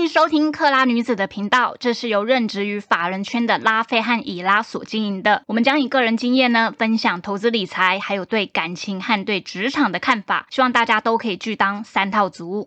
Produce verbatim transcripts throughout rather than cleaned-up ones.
收听克拉女子的频道，这是由任职于法人圈的拉菲和以拉所经营的。我们将以个人经验呢，分享投资理财，还有对感情和对职场的看法，希望大家都可以拒当三套族。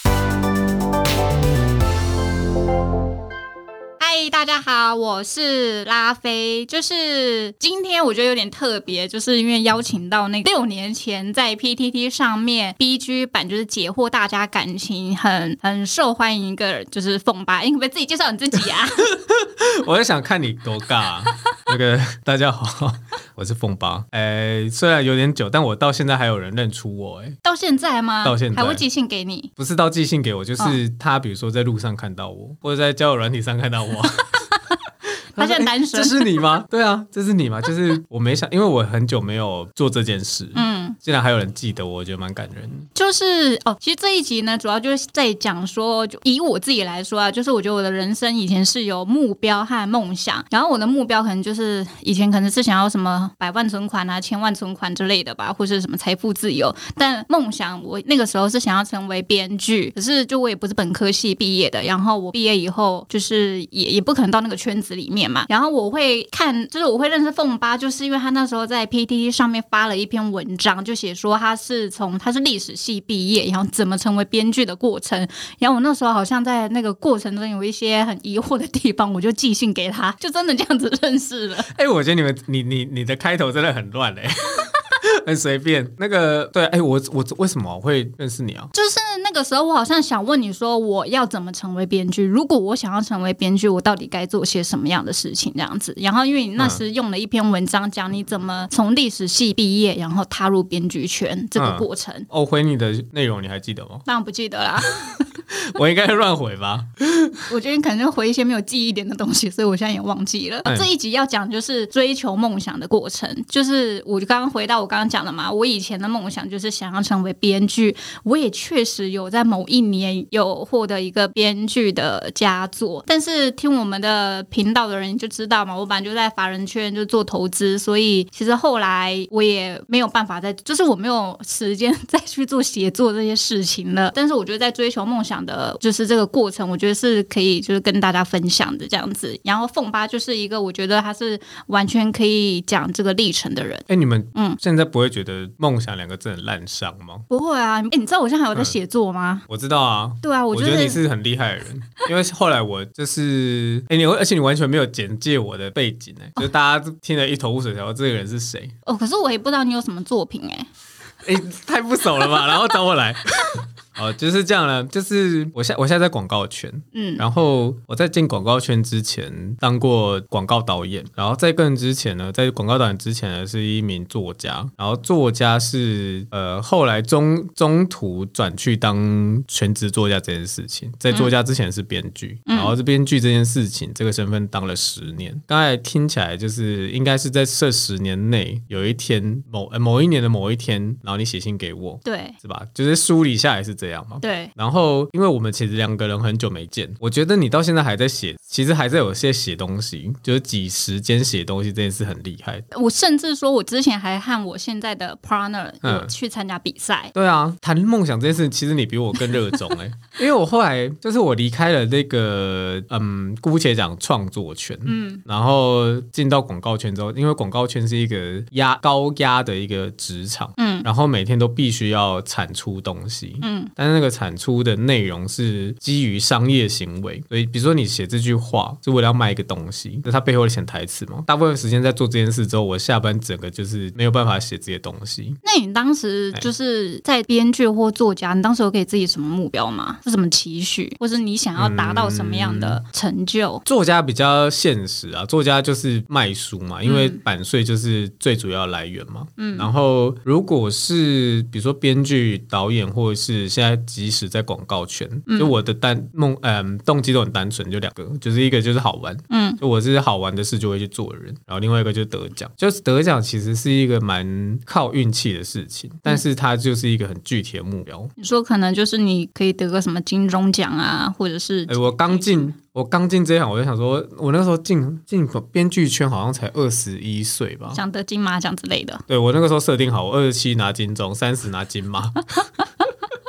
嗨，大家好，我是拉菲。就是今天我觉得有点特别，就是因为邀请到那个六年前在 P T T 上面 B G 版就是解惑大家感情很很受欢迎一个就是凤八，你可不可以自己介绍你自己啊？ 我在想看你多尬、啊。那个大家好，我是凤八。哎，虽然有点久，但我到现在还有人认出我。哎， 到现在吗？ 到现在还会寄信给你？ 不是到寄信给我，就是他比如说在路上看到我，或者在交友软体上看到我。 他现在单身、 欸、这是你吗？对啊，这是你吗？就是我没想，因为我很久没有做这件事，嗯，竟然还有人记得我，我觉得蛮感人。 就是哦，其实这一集呢，主要就是在讲说，就以我自己来说啊，就是我觉得我的人生以前是有目标和梦想，然后我的目标可能就是以前可能是想要什么百万存款啊、千万存款之类的吧，或是什么财富自由。但梦想我那个时候是想要成为编剧，可是就我也不是本科系毕业的，然后我毕业以后就是也也不可能到那个圈子里面。然后我会看，就是我会认识凤八，就是因为他那时候在 P T T 上面发了一篇文章，就写说他是从他是历史系毕业，然后怎么成为编剧的过程。然后我那时候好像在那个过程中有一些很疑惑的地方，我就寄信给他，就真的这样子认识了。 哎、欸，我觉得你们你你你的开头真的很乱哎、欸。很随便，那个对，哎，我我为什么会认识你啊？ 就是那个时候，我好像想问你说，我要怎么成为编剧？如果我想要成为编剧，我到底该做些什么样的事情？这样子。然后，因为你那时用了一篇文章，讲你怎么从历史系毕业，然后踏入编剧圈这个过程。 嗯、哦，回你的内容你还记得吗？ 当然不记得啦。 我应该乱回吧？ 我觉得你可能就回一些没有记忆点的东西，所以我现在也忘记了。嗯、这一集要讲就是追求梦想的过程，就是我刚刚回到我刚刚讲的嘛，我以前的梦想就是想要成为编剧，我也确实有在某一年有获得一个编剧的佳作，但是听我们的频道的人就知道嘛，我本来就在法人圈就做投资，所以其实后来我也没有办法再，就是我没有时间再去做写作这些事情了。但是我觉得在追求梦想的就是这个过程，我觉得是可以就是跟大家分享的这样子。然后凤八就是一个我觉得他是完全可以讲这个历程的人。 哎，你们嗯现在不会觉得梦想两个字很烂伤吗？ 不会啊，哎，你知道我现在还有在写作吗？ 嗯、我知道啊。 对啊，我觉得, 我觉得你是很厉害的人，因为后来我就是哎，你而且你完全没有简介我的背景哎、欸，就大家听得一头雾水，想说这个人是谁？ 哦，可是我也不知道你有什么作品哎、 欸。哎，太不熟了吧？然后找我来。哦，就是这样了。就是我现我现在在广告圈，嗯，然后我在进广告圈之前当过广告导演，然后在更之前呢，在广告导演之前呢是一名作家，然后作家是呃后来中中途转去当全职作家这件事情，在作家之前是编剧，嗯、然后这编剧这件事情这个身份当了十年。刚才听起来就是应该是在这十年内有一天某、呃、某一年的某一天，然后你写信给我， 对， 是吧？就是梳理下来是这样嘛。 对， 然后因为我们其实两个人很久没见，我觉得你到现在还在写，其实还在有些写东西，就是挤时间写东西这件事很厉害。 我甚至说我之前还和我现在的 partner 有去参加比赛、嗯、 对啊，谈梦想这件事其实你比我更热衷哎、欸，因为我后来就是我离开了那个嗯，姑且讲创作圈，嗯，然后进到广告圈之后，因为广告圈是一个压高压的一个职场，嗯，然后每天都必须要产出东西，嗯，但是那个产出的内容是基于商业行为，所以比如说你写这句话是为了要卖一个东西，那它背后的潜台词嘛。大部分时间在做这件事之后，我下班整个就是没有办法写这些东西。 那你当时就是在编剧或作家，你当时有给自己什么目标吗？是什么期许，或是你想要达到什么样的成就？ 嗯、作家比较现实啊，作家就是卖书嘛，因为版税就是最主要来源嘛。嗯，然后如果是比如说编剧、导演，或者是现在即使在广告圈，嗯、就我的单梦嗯动机都很单纯，就两个，就是一个就是好玩，嗯，就我是好玩的事就会去做的人，然后另外一个就是得奖，就是得奖其实是一个蛮靠运气的事情，但是它就是一个很具体的目标。 你说可能就是你可以得个什么金钟奖啊，或者是哎，我刚进。我刚进这一行，我就想说，我那时候进进编剧圈好像才二十一岁吧， 想得金马奖之类的。 对，我那个时候设定好，我二十七拿金钟，三十拿金马。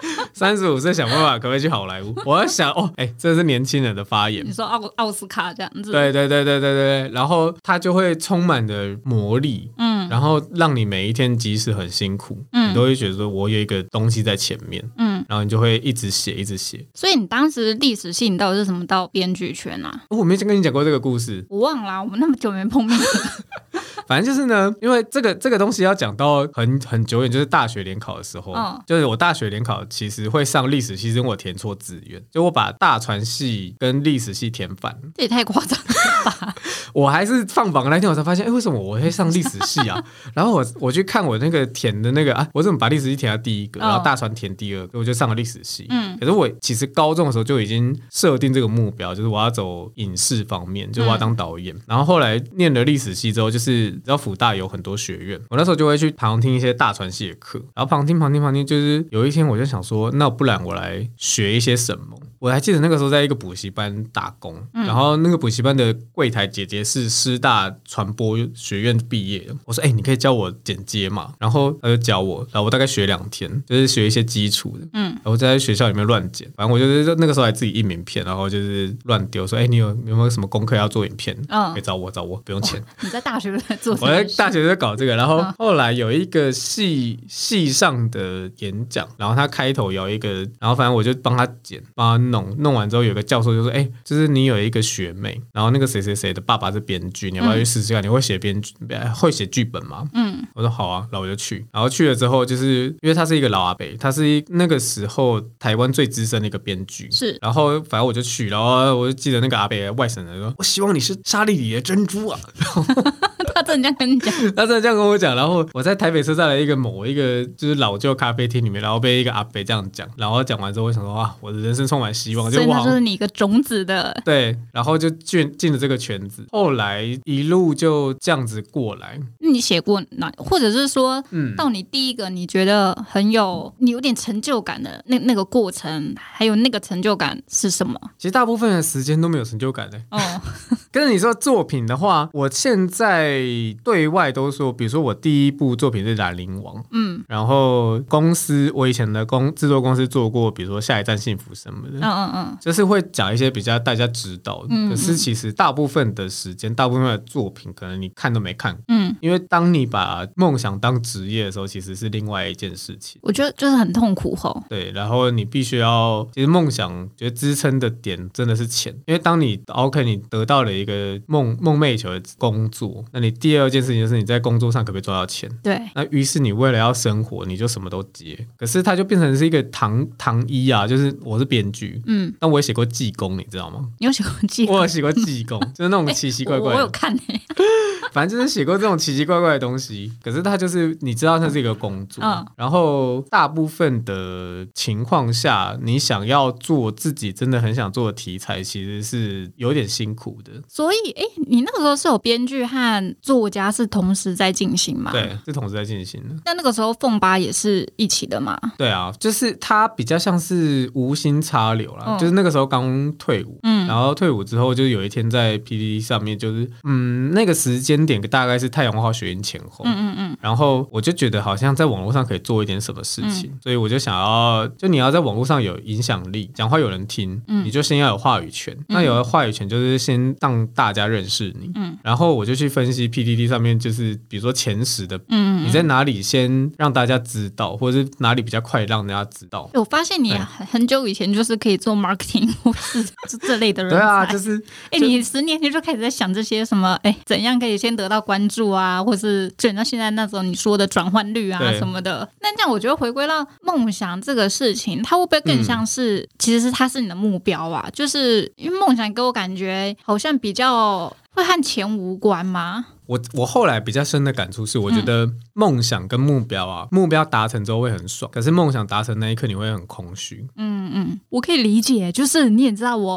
三十五岁想办法可不可以去好莱坞？我要想哦，哎、欸，这是年轻人的发言。 你说奥奥斯卡这样子？ 对对对对对对，然后他就会充满着魔力，嗯，然后让你每一天即使很辛苦，嗯，你都会觉得说我有一个东西在前面，嗯，然后你就会一直写一直写。 所以你当时历史系你到底是什么到编剧圈啊？ 哦，我没跟你讲过这个故事， 我忘了、啊，我们那么久没碰面了。 反正就是呢，因为这个这个东西要讲到很很久远，就是大学联考的时候，哦、就是我大学联考其实会上历史系，是因为我填错志愿，就我把大传系跟历史系填反， 这也太夸张了吧！ 我还是放榜那天我才发现，哎、欸，为什么我会上历史系啊？然后我我去看我那个填的那个啊，我怎么把历史系填到第一个，然后大传填第二个，我就上了历史系。嗯，可是我其实高中的时候就已经设定这个目标，就是我要走影视方面，就是我要当导演。嗯、然后后来念了历史系之后，就是你知道辅大有很多学院，我那时候就会去旁听一些大传系的课，然后旁听旁听旁听，就是有一天我就想说，那不然我来学一些什么。我还记得那个时候在一个补习班打工，嗯、然后那个补习班的柜台姐姐是师大传播学院毕业的。我说：“哎、欸，你可以教我剪接嘛？”然后他就教我，然后我大概学两天，就是学一些基础的。嗯，然后在学校里面乱剪，反正我就是那个时候还自己印名片，然后就是乱丢，说：“哎、欸，你有有没有什么功课要做影片？嗯，可以找我，找我，不用钱。” 你在大学在做？ 我在大学在搞这个，然后后来有一个系系上的演讲，然后他开头有一个，然后反正我就帮他剪，帮他弄，弄完之后有个教授就说：“哎、欸，就是你有一个学妹，然后那个谁谁谁的爸爸是编剧，你要不要去试试看？嗯、你会写编剧，会写剧本吗？”嗯，我说好啊，然后我就去，然后去了之后，就是因为他是一个老阿伯，他是一那个时候台湾最资深的一个编剧， 是， 然后反正我就去，然后我就记得那个阿伯外省人说：“我希望你是沙粒里的珍珠啊。” 他真的这样跟你讲， 他真的这样跟我讲。然后我在台北车站的一个某一个就是老旧咖啡厅里面，然后被一个阿伯这样讲，然后讲完之后，我想说啊，我的人生充满希望， 所以那就是你一个种子的对，然后就进进了这个圈子，后来一路就这样子过来。 你写过哪，或者是说，嗯，到你第一个你觉得很有你有点成就感的那那个过程，还有那个成就感是什么？ 其实大部分的时间都没有成就感的、欸。哦，跟着你说作品的话，我现在对外都说，比如说我第一部作品是《兰陵王》，嗯，然后公司我以前的公制作公司做过，比如说《下一站幸福》什么的，嗯嗯嗯，就是会讲一些比较大家知道的。嗯嗯，可是其实大部分的时间，大部分的作品，可能你看都没看，嗯，因为当你把梦想当职业的时候，其实是另外一件事情。 我觉得就是很痛苦吼。 对，然后你必须要，其实梦想觉得支撑的点真的是钱，因为当你 OK 你得到了一个梦梦寐以求的工作，那你第二件事情就是你在工作上可不可以赚到钱？ 对， 那于是你为了要生活，你就什么都接，可是它就变成是一个糖糖衣啊，就是我是编剧，嗯，但我也写过技工，你知道吗？ 你有写过技工？ 我有写过技工，就是那种奇奇怪怪的、 欸我，我有看欸反正就是写过这种奇奇怪怪的东西，可是它就是你知道它是一个工作，嗯、然后大部分的情况下，你想要做自己真的很想做的题材，其实是有点辛苦的。 所以，哎，你那个时候是有编剧和作家是同时在进行吗？ 对，是同时在进行的。 那那个时候凤八也是一起的吗？ 对啊，就是它比较像是无心插柳啦，嗯、就是那个时候刚退伍，嗯，然后退伍之后，就是有一天在 P T T 上面，就是嗯，那个时间点大概是太阳花学运前后，嗯嗯嗯，然后我就觉得好像在网络上可以做一点什么事情，嗯、所以我就想要，就你要在网络上有影响力，讲话有人听，嗯、你就先要有话语权。嗯、那有了话语权，就是先让大家认识你，嗯，然后我就去分析 P T T 上面，就是比如说前十的，嗯，你在哪里先让大家知道，或者是哪里比较快让人家知道。 我发现你很久以前就是可以做 marketing 或是这类的人才， 对啊，就是哎，欸，你十年前就开始在想这些什么，哎，怎样可以先得到关注啊，或是卷到现在那种你说的转换率啊什么的。那这样我觉得回归到梦想这个事情，它会不会更像是，嗯、其实是它是你的目标啊？就是因为梦想给我感觉好像比较会和钱无关吗？ 我我后来比较深的感触是，我觉得梦想跟目标啊，嗯、目标达成之后会很爽，可是梦想达成那一刻你会很空虚。 嗯嗯，我可以理解，就是你也知道我。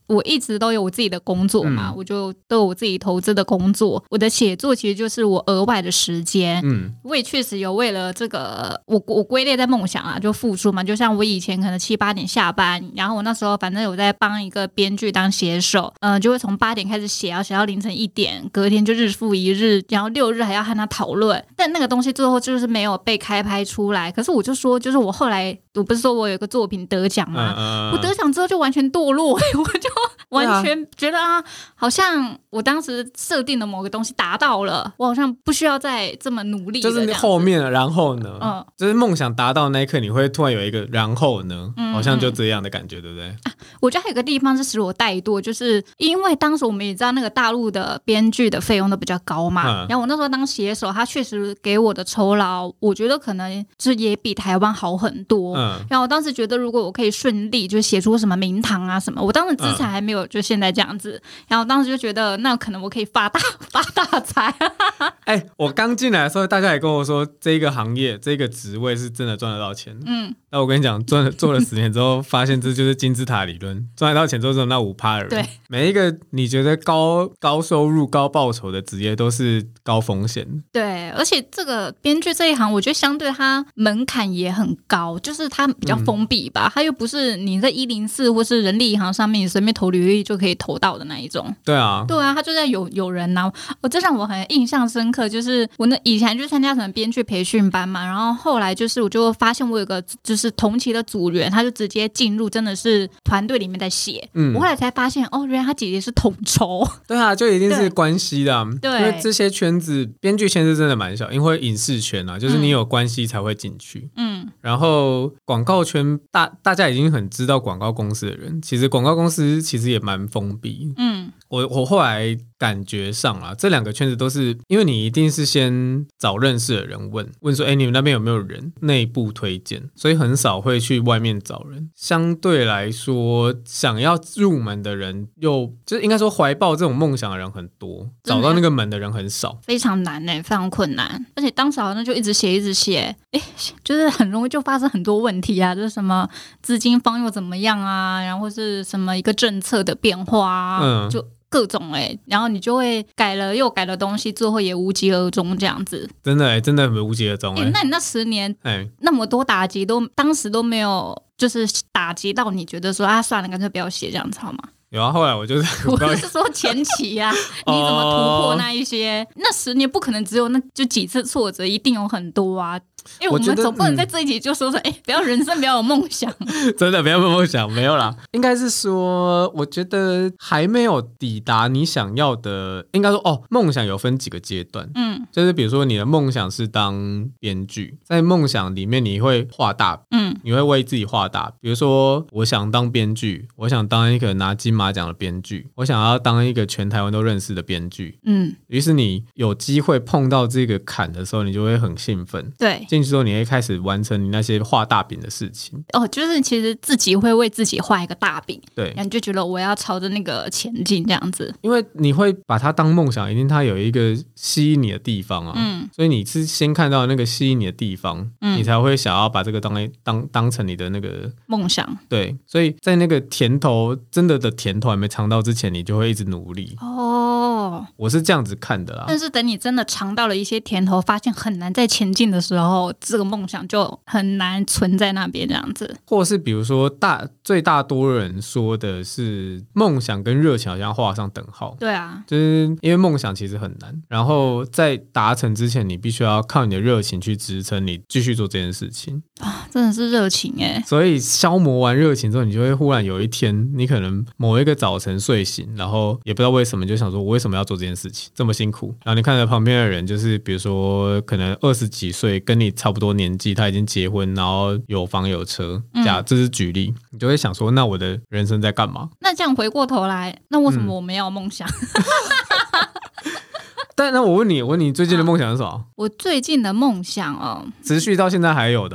我一直都有我自己的工作嘛，嗯、我就都有我自己投资的工作，我的写作其实就是我额外的时间。嗯，我也确实有为了这个，我我归类在梦想啊，就付出嘛。就像我以前可能七八点下班，然后我那时候反正有在帮一个编剧当写手，嗯、呃，就会从八点开始写，要写到凌晨一点，隔天就日复一日，然后六日还要和他讨论。但那个东西最后就是没有被开拍出来。可是我就说，就是我后来我不是说我有一个作品得奖吗？嗯嗯、我得奖之后就完全堕落，我就完全觉得啊，好像我当时设定的某个东西达到了，我好像不需要再这么努力了。 就是后面然后呢？嗯，就是梦想达到那一刻，你会突然有一个然后呢，嗯、好像就这样的感觉，对不对？ 啊、我觉得还有个地方是使我怠惰，就是因为当时我们也知道那个大陆的编剧的费用都比较高嘛，嗯、然后我那时候当写手，他确实给我的酬劳，我觉得可能就也比台湾好很多。嗯，然后我当时觉得，如果我可以顺利就写出什么名堂啊什么，我当时资产还没有就现在这样子，嗯、然后我当时就觉得，那可能我可以发大发大财。 哎、欸，我刚进来的时候，大家也跟我说，这个行业这个职位是真的赚得到钱。嗯，那我跟你讲，赚做了十年之后，发现这就是金字塔理论，赚得到钱之后只有那五趴的人。对，每一个你觉得高高收入、高报酬的职业都是高风险。 对，而且这个编剧这一行，我觉得相对它门槛也很高，就是它比较封闭吧，嗯、它又不是你在一零四或是人力银行上面你随便投履历就可以投到的那一种。 对啊， 对啊，它就在有有人啊，我这让我很印象深刻，就是我那以前就参加什么编剧培训班嘛，然后后来就是我就发现我有个就是同期的组员，他就直接进入真的是团队里面在写，嗯，我后来才发现哦，原来他姐姐是统筹。 对啊，就一定是关系的、啊，对，因为这些圈子编剧圈子真的蛮小，因为影视圈啊，就是你有关系才会进去，嗯，然后广告圈大大家已经很知道广告公司的人，其实广告公司其实也蛮封闭，嗯，我我后来感觉上啊，这两个圈子都是因为你一定是先找认识的人问问说，哎，你们那边有没有人内部推荐，所以很少会去外面找人。相对来说，想要入门的人又就是应该说怀抱这种梦想的人很多，找到那个门的人很少， 非常难耶，非常困难。而且当时好像就一直写一直写，哎，就是很容易就发生很多问题啊，就是什么资金方又怎么样啊，然后是什么一个政策的变化啊，嗯，就各种哎、欸，然后你就会改了又改的东西，最后也无疾而终这样子。 真的哎、欸，真的很无疾而终哎、欸。 那你那十年哎，欸、那么多打击都当时都没有，就是打击到你觉得说啊，算了，干脆不要写这样子好吗？ 有啊，后来我就是我是说前期啊，你怎么突破那一些？那十年不可能只有那就几次挫折，一定有很多啊。因为我们总不能在这一集就说说，哎、嗯，不要人生不要有梦想， 真的不要有梦想，没有啦。应该是说，我觉得还没有抵达你想要的，应该说哦，梦想有分几个阶段，嗯，就是比如说你的梦想是当编剧，在梦想里面你会画大饼，嗯，你会为自己画大饼，比如说我想当编剧，我想当一个拿金马奖的编剧，我想要当一个全台湾都认识的编剧，嗯，于是你有机会碰到这个坎的时候，你就会很兴奋， 对。 进去之后，你会开始完成你那些画大饼的事情。 哦，就是其实自己会为自己画一个大饼，对，然后你就觉得我要朝着那个前进这样子。 因为你会把它当梦想，一定它有一个吸引你的地方啊，嗯，所以你是先看到那个吸引你的地方，嗯，你才会想要把这个当当当成你的那个梦想。 对，所以在那个甜头真的的甜头还没尝到之前，你就会一直努力。哦，我是这样子看的啦。 但是等你真的尝到了一些甜头，发现很难再前进的时候，这个梦想就很难存在那边这样子。 或是比如说大最大多人说的是梦想跟热情好像画上等号。 对啊， 就是因为梦想其实很难，然后在达成之前你必须要靠你的热情去支撑你继续做这件事情啊，真的是热情耶。 所以消磨完热情之后，你就会忽然有一天你可能某一个早晨睡醒，然后也不知道为什么就想说我为什么要做这件事情这么辛苦，然后你看着旁边的人，就是比如说可能二十几岁跟你差不多年纪，他已经结婚，然后有房有车，假、嗯、这是举例，你就会想说，那我的人生在干嘛？ 那这样回过头来，那为什么我没有梦想？ 嗯、但那我问你，我问你最近的梦想是什么？ 我最近的梦想哦， 持续到现在还有的哦。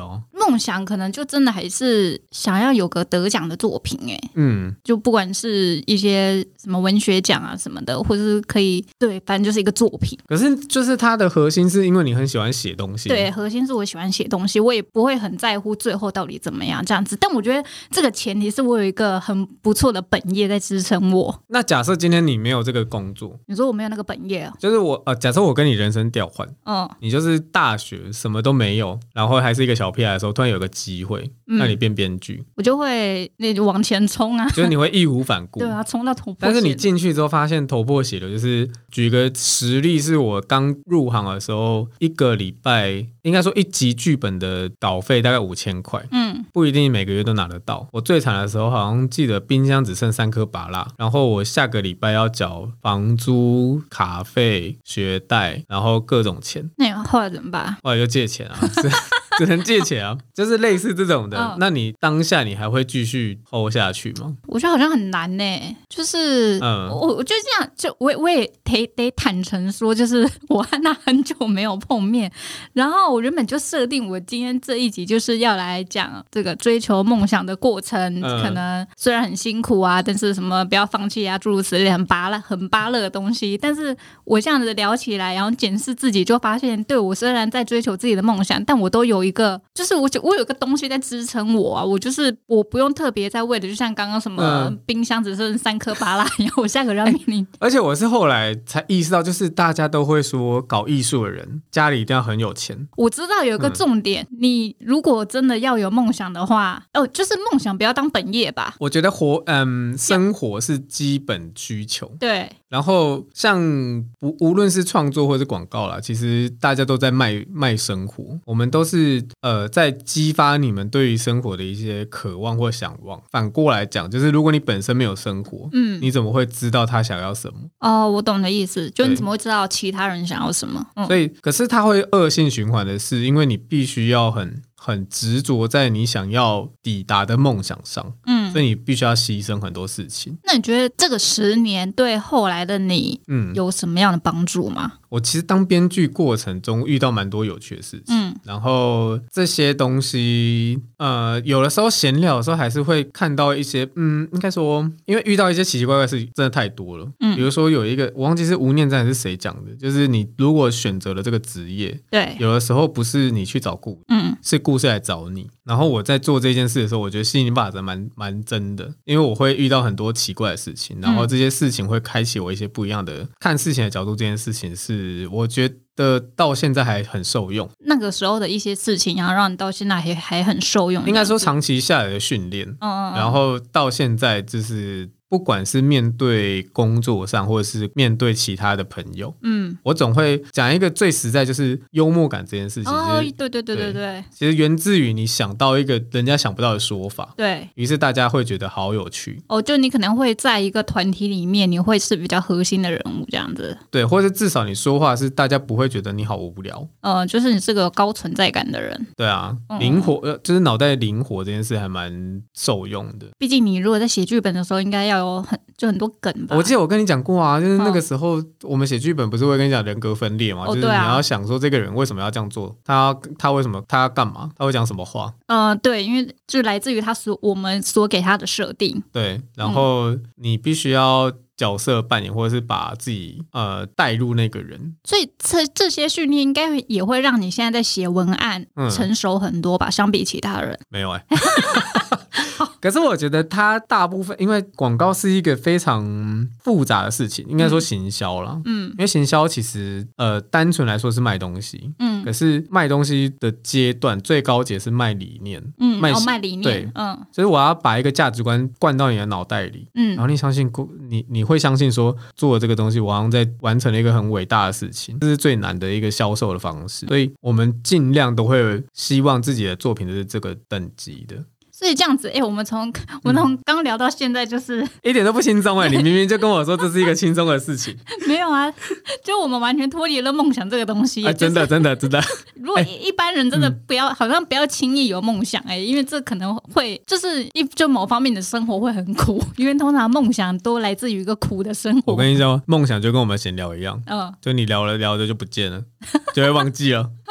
梦想可能就真的还是想要有个得奖的作品哎，嗯，就不管是一些什么文学奖啊什么的，或者是可以对，反正就是一个作品。 可是就是它的核心是因为你很喜欢写东西， 对，核心是我喜欢写东西，我也不会很在乎最后到底怎么样这样子。但我觉得这个前提是我有一个很不错的本业在支撑我。 那假设今天你没有这个工作， 你说我没有那个本业啊？ 就是我呃，假设我跟你人生调换，嗯，你就是大学什么都没有，然后还是一个小屁孩的时候，突然有个机会，嗯、让你变编剧， 我就会那就往前冲啊， 就是你会义无反顾， 对啊，冲到头破血流。 但是你进去之后发现头破血流，就是举个实例，是我刚入行的时候，一个礼拜应该说一集剧本的稿费大概五千块，嗯，不一定每个月都拿得到。我最惨的时候好像记得冰箱只剩三颗芭乐，然后我下个礼拜要缴房租、卡费、学贷，然后各种钱。 那你后来怎么办？ 后来就借钱啊。只能借钱啊，就是类似这种的、嗯、那你当下你还会继续 hold 下去吗？ 我觉得好像很难呢，就是嗯，我我就这样，就我我也得得坦诚说，就是我和他很久没有碰面，然后我原本就设定我今天这一集就是要来讲这个追求梦想的过程、嗯、可能虽然很辛苦啊，但是什么不要放弃啊，诸如此类很芭乐很芭乐的东西，但是我这样子聊起来，然后检视自己，就发现对，我虽然在追求自己的梦想，但我都有一个就是我我有一个东西在支撑我啊，我就是我不用特别在为了就像刚刚什么冰箱只剩三颗芭乐一样，我下个要面临、欸、 而且我是后来才意识到，就是大家都会说搞艺术的人家里一定要很有钱。 我知道有一个重点、嗯、你如果真的要有梦想的话哦，就是梦想不要当本业吧。 我觉得活嗯生活是基本需求， 对， 然后像不无论是创作或是广告啦，其实大家都在卖卖生活，我们都是呃在激发你们对于生活的一些渴望或想望。反过来讲，就是如果你本身没有生活，嗯，你怎么会知道他想要什么？ 哦，我懂的意思，就你怎么会知道其他人想要什么？嗯、 所以，可是他会恶性循环的是，因为你必须要很。很执着在你想要抵达的梦想上，嗯，所以你必须要牺牲很多事情。 那你觉得这个十年对后来的你，嗯，有什么样的帮助吗？ 我其实当编剧过程中遇到蛮多有趣的事情，嗯，然后这些东西，呃，有的时候闲聊的时候还是会看到一些，嗯，应该说，因为遇到一些奇奇怪怪的事情真的太多了，嗯，比如说有一个我忘记是吴念真还是谁讲的，就是你如果选择了这个职业， 对， 有的时候不是你去找雇，嗯，是雇是来找你。然后我在做这件事的时候，我觉得吸引力法则蛮蛮真的，因为我会遇到很多奇怪的事情，然后这些事情会开启我一些不一样的看事情的角度。这件事情是我觉得到现在还很受用。那个时候的一些事情，然后让你到现在还还很受用。 应该说长期下来的训练，嗯嗯嗯，然后到现在就是不管是面对工作上，或者是面对其他的朋友，嗯，我总会讲一个最实在，就是幽默感这件事情。 哦，对对对对对， 其实源自于你想到一个人家想不到的说法， 对， 于是大家会觉得好有趣。 哦，就你可能会在一个团体里面，你会是比较核心的人物这样子。 对，或者至少你说话是大家不会觉得你好无聊。 呃，就是你是个高存在感的人。 对啊，灵活，呃，就是脑袋灵活这件事还蛮受用的。 毕竟你如果在写剧本的时候，应该要有很就很多梗吧。 我记得我跟你讲过啊，就是那个时候我们写剧本不是会跟你讲人格分裂嘛、哦、就是你要想说这个人为什么要这样做，他他为什么他要干嘛，他会讲什么话。 呃，对，因为就来自于他所我们所给他的设定。 对，然后你必须要角色扮演，或者是把自己呃带入那个人， 所以这这些训练应该也会让你现在在写文案成熟很多吧、嗯、相比其他人。 没有哎、欸可是我觉得它大部分，因为广告是一个非常复杂的事情，应该说行销啦，嗯，因为行销其实呃单纯来说是卖东西，嗯，可是卖东西的阶段最高阶是卖理念， 嗯，卖、哦、卖理念， 对，嗯，就是我要把一个价值观灌到你的脑袋里，嗯，然后你相信你你会相信说做了这个东西，我好像在完成了一个很伟大的事情，这是最难的一个销售的方式，所以我们尽量都会希望自己的作品是这个等级的。 所以这样子，哎、欸，我们从我们从刚聊到现在，就是、嗯、 一点都不轻松哎！你明明就跟我说这是一个轻松的事情， 没有啊，就我们完全脱离了梦想这个东西。 哎、真的真的真的。 如果一般人真的不要，欸、好像不要轻易有梦想哎、欸，因为这可能会就是一就某方面的生活会很苦，因为通常梦想都来自于一个苦的生活。 我跟你说，梦想就跟我们闲聊一样，嗯，就你聊了聊着就不见了，就会忘记了。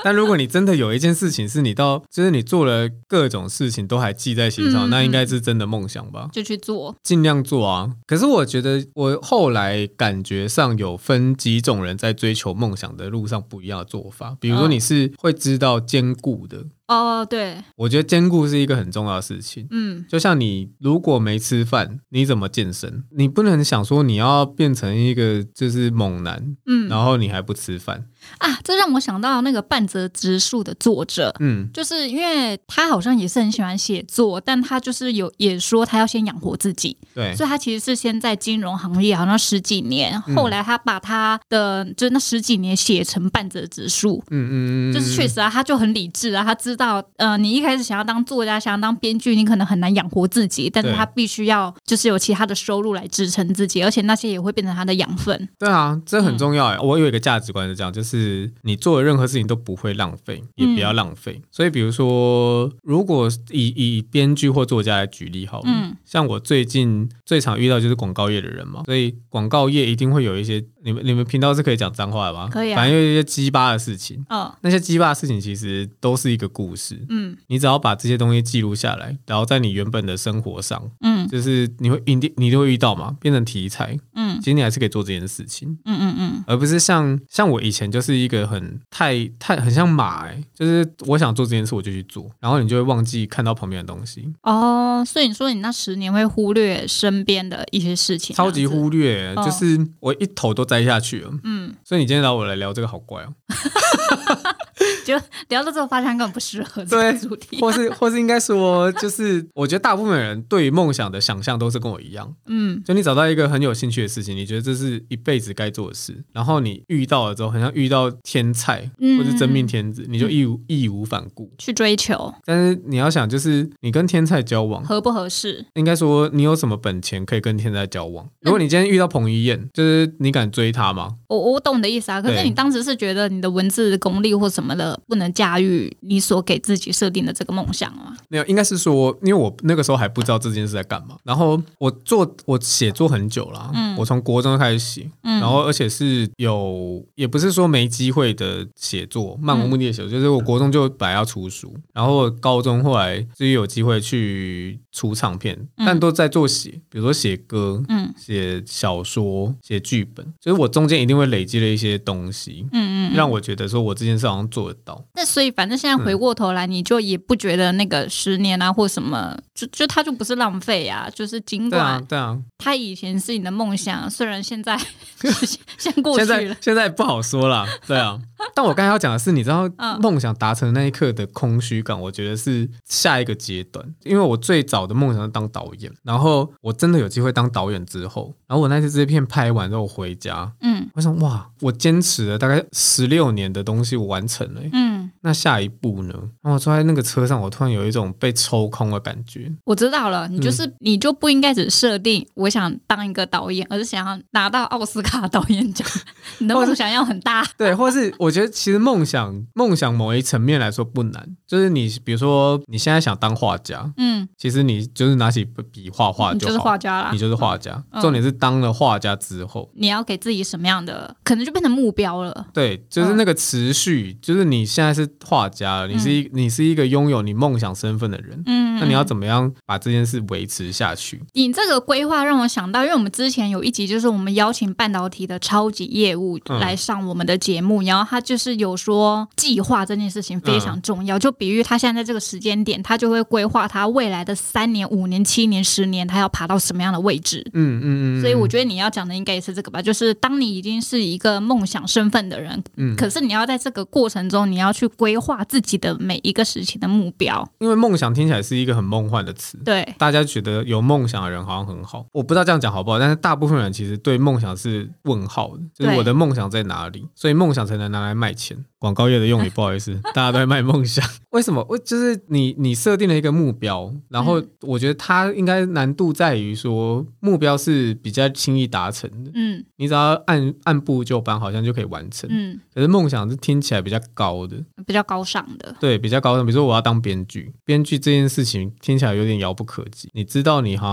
但如果你真的有一件事情是你到就是你做了各种事情都还记在心上、嗯、那应该是真的梦想吧， 就去做， 尽量做啊。可是我觉得我后来感觉上有分几种人在追求梦想的路上不一样的做法，比如说你是会知道兼顾的哦，对， 我觉得兼顾是一个很重要的事情。嗯，就像你如果没吃饭，你怎么健身？你不能想说你要变成一个就是猛男，嗯，然后你还不吃饭啊。这让我想到那个半泽直树的作者，嗯，就是因为他好像也是很喜欢写作，但他就是有也说他要先养活自己， 对， 所以他其实是先在金融行业好像十几年，嗯、后来他把他的就那十几年写成半泽直树，嗯嗯嗯，就是确实啊，他就很理智啊，他知道呃，你一开始想要当作家，想要当编剧，你可能很难养活自己，但是他必须要就是有其他的收入来支撑自己，而且那些也会变成他的养分。 对啊，这很重要、嗯、我有一个价值观是这样，就是你做的任何事情都不会浪费，也不要浪费、嗯、所以比如说如果以以编剧或作家来举例好了、嗯、像我最近最常遇到就是广告业的人嘛，所以广告业一定会有一些你们你们频道是可以讲脏话的吗？ 可以啊， 反正有一些鸡巴的事情、哦、那些鸡巴的事情其实都是一个故事，嗯，你只要把这些东西记录下来，然后在你原本的生活上，嗯，就是你会你你都会遇到嘛，变成题材，嗯，其实你还是可以做这件事情，嗯嗯嗯，而不是像像我以前就是一个很太太很像马、欸，就是我想做这件事我就去做，然后你就会忘记看到旁边的东西。 哦，所以你说你那十年会忽略身边的一些事情， 超级忽略、欸哦，就是我一头都栽下去了，嗯，所以你今天找我来聊这个好怪哦。 就聊到之后发现根本不适合这个主题， 或是或是应该说，就是我觉得大部分人对于梦想的想象都是跟我一样，嗯，就你找到一个很有兴趣的事情，你觉得这是一辈子该做的事，然后你遇到了之后，很像遇到天才、嗯、或是真命天子，你就义无、嗯、义无反顾去追求。 但是你要想，就是你跟天才交往合不合适？ 应该说你有什么本钱可以跟天才交往？如果你今天遇到彭于晏，就是你敢追他吗？ 我我懂你的意思啊，可是你当时是觉得你的文字功力或什么的不能驾驭你所给自己设定的这个梦想吗？ 没有，应该是说，因为我那个时候还不知道这件事在干嘛，然后我做我写作很久了、嗯，我从国中开始写、嗯，然后而且是有也不是说没机会的写作，漫无目的的写作、嗯，就是我国中就本来要出书，然后高中后来至于有机会去出唱片，嗯、但都在做写，比如说写歌，嗯，写小说，写剧本，就是我中间一定会累积了一些东西，嗯嗯，让我觉得说我这件事好像做得到。 那所以反正现在回过头来、嗯，你就也不觉得那个十年啊或什么，就就它就不是浪费啊，就是尽管对啊， 它以前是你的梦想，虽然现在现在过去了， 现在现在不好说啦，对啊。但我刚才要讲的是，你知道梦想达成那一刻的空虚感，我觉得是下一个阶段。因为我最早的梦想是当导演，然后我真的有机会当导演之后，然后我那次这片拍完之后我回家，嗯，我想哇，我坚持了大概十六年的东西我完成了、欸，嗯，那下一步呢？然后我坐在那个车上，我突然有一种被抽空的感觉。 我知道了，你就是、嗯、你就不应该只设定我想当一个导演，而是想要拿到奥斯卡导演奖。你的梦想要很大， 对，或是我觉得其实梦想梦想某一层面来说不难，就是你比如说你现在想当画家，嗯，其实你就是拿起笔画画就好，你就是画家啦， 你就是画家、嗯。重点是当了画家之后， 你要给自己什么样的，可能就变成目标了。 对，就是那个持续，嗯、就是你现在是画家了，你是一、嗯、你是一个拥有你梦想身份的人，嗯，那你要怎么样把这件事维持下去？ 你这个规划让我想到，因为我们之前有一集就是我们邀请半导体的超级业务来上我们的节目、嗯、然后他就是有说计划这件事情非常重要、嗯、就比喻他现在在这个时间点，他就会规划他未来的三年五年七年十年他要爬到什么样的位置。嗯嗯嗯，所以我觉得你要讲的应该也是这个吧，就是当你已经是一个梦想身份的人、嗯、可是你要在这个过程中你要去规划自己的每一个时期的目标， 因为梦想听起来是一个很梦幻的词， 对， 大家觉得有梦想的人好像很好，我不知道这样讲好不好，但是大部分人其实对梦想是问号的，就是我的梦想在哪里，所以梦想才能拿来卖钱。广告业的用语不好意思大家都在卖梦想。为什么？就是你你设定了一个目标，然后我觉得它应该难度在于说目标是比较轻易达成的，嗯，你只要按按部就班好像就可以完成，嗯，可是梦想是听起来比较高的， 比较高尚的， 对，比较高尚。比如说我要当编剧，编剧这件事情听起来有点遥不可及，你知道你好像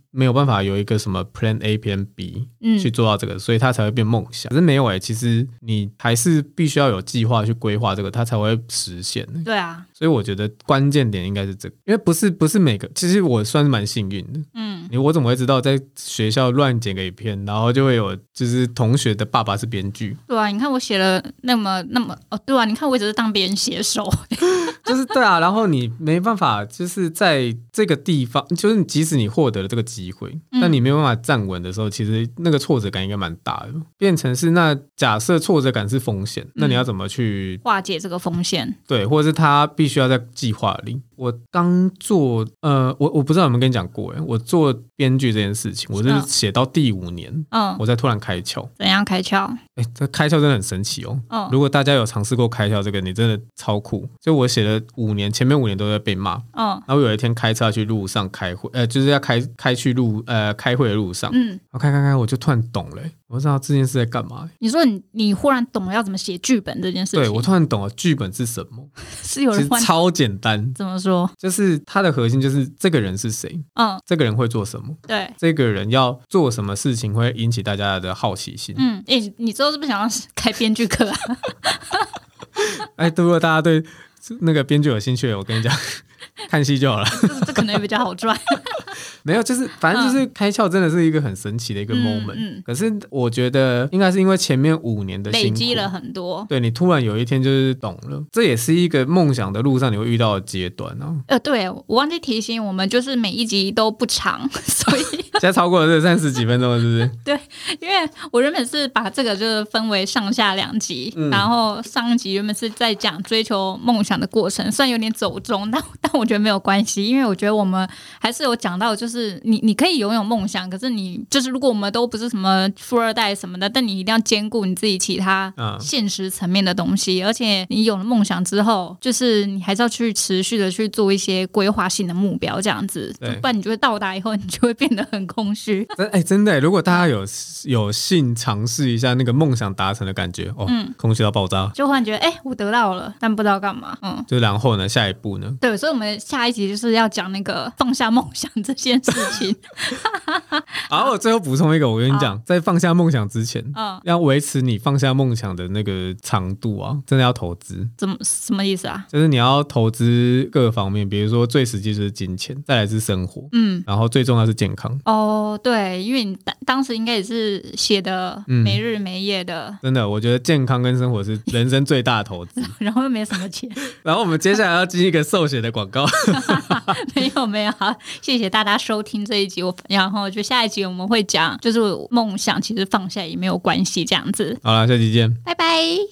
没有办法有一个什么 Plan A、Plan B 去做到这个，嗯、所以它才会变梦想。可是没有哎、欸，其实你还是必须要有计划去规划这个，它才会实现。 对啊， 所以我觉得关键点应该是这个，因为不是不是每个，其实我算是蛮幸运的。嗯，你我怎么会知道在学校乱剪个影片，然后就会有就是同学的爸爸是编剧？ 对啊，你看我写了那么那么哦，对啊，你看我只是当别人写手， 就是对啊，然后你没办法，就是在这个地方，就是即使你获得了这个机会，嗯、但你没有办法站稳的时候，其实那个挫折感应该蛮大的。变成是那假设挫折感是风险，那你要怎么去、 嗯、化解这个风险？ 对，或者是他必须要在计划里。我刚做呃，我我不知道有没有跟你讲过哎，我做编剧这件事情，我是写到第五年，嗯，我才突然开窍。 怎样开窍？ 哎，这开窍真的很神奇哦。嗯，如果大家有尝试过开窍这个，你真的超酷。就我写了五年，前面五年都在被骂，嗯，然后有一天开车要去路上开会，呃，就是要开开去路呃开会的路上，嗯，然后开开开，我就突然懂了，我知道这件事在干嘛。 你说你你忽然懂了要怎么写剧本这件事情？ 对，我突然懂了剧本是什么， 是有人其实超简单。 怎么说？ 就是它的核心就是这个人是谁，嗯，这个人会做什么， 对， 这个人要做什么事情会引起大家的好奇心。 嗯，哎、欸，你之后是不是想要开编剧课啊？ 哎，如果大家对那个编剧有兴趣，我跟你讲，看戏就好了。 这这可能也比较好赚。 没有，就是反正就是开窍，真的是一个很神奇的一个 moment、嗯嗯。可是我觉得应该是因为前面五年的辛苦累积了很多， 对你突然有一天就是懂了，这也是一个梦想的路上你会遇到的阶段啊。 呃，对我忘记提醒我们，就是每一集都不长，所以现在超过了这三十几分钟了，是不是？ 对，因为我原本是把这个就是分为上下两集、嗯，然后上一集原本是在讲追求梦想的过程，虽然有点走中，但但我觉得没有关系，因为我觉得我们还是有讲到，就是你你可以拥有梦想，可是你就是如果我们都不是什么富二代什么的，但你一定要兼顾你自己其他现实层面的东西、嗯，而且你有了梦想之后，就是你还是要去持续的去做一些规划性的目标，这样子，不然你就会到达以后，你就会变得很空虚。 哎、欸，真的，如果大家有有幸尝试一下那个梦想达成的感觉，哦，嗯、空虚到爆炸， 就忽然觉得，哎、欸，我得到了，但不知道干嘛，嗯， 就然后呢，下一步呢？ 对，所以我们下一集就是要讲那个放下梦想这件事情。 好，我最后补充一个，我跟你讲，在放下梦想之前，嗯，要维持你放下梦想的那个长度啊，真的要投资。 怎么什么意思啊？ 就是你要投资各个方面，比如说最实际就是金钱，再来是生活，嗯，然后最重要是健康。 哦，对，因为你当当时应该也是写的没日没夜的、嗯， 真的，我觉得健康跟生活是人生最大的投资。 然后又没什么钱。 然后我们接下来要进一个寿险的广告。 没有没有，好，谢谢大家收听这一集，我然后就下一集我们会讲，就是梦想其实放下也没有关系这样子。 好了，下期见， 拜拜。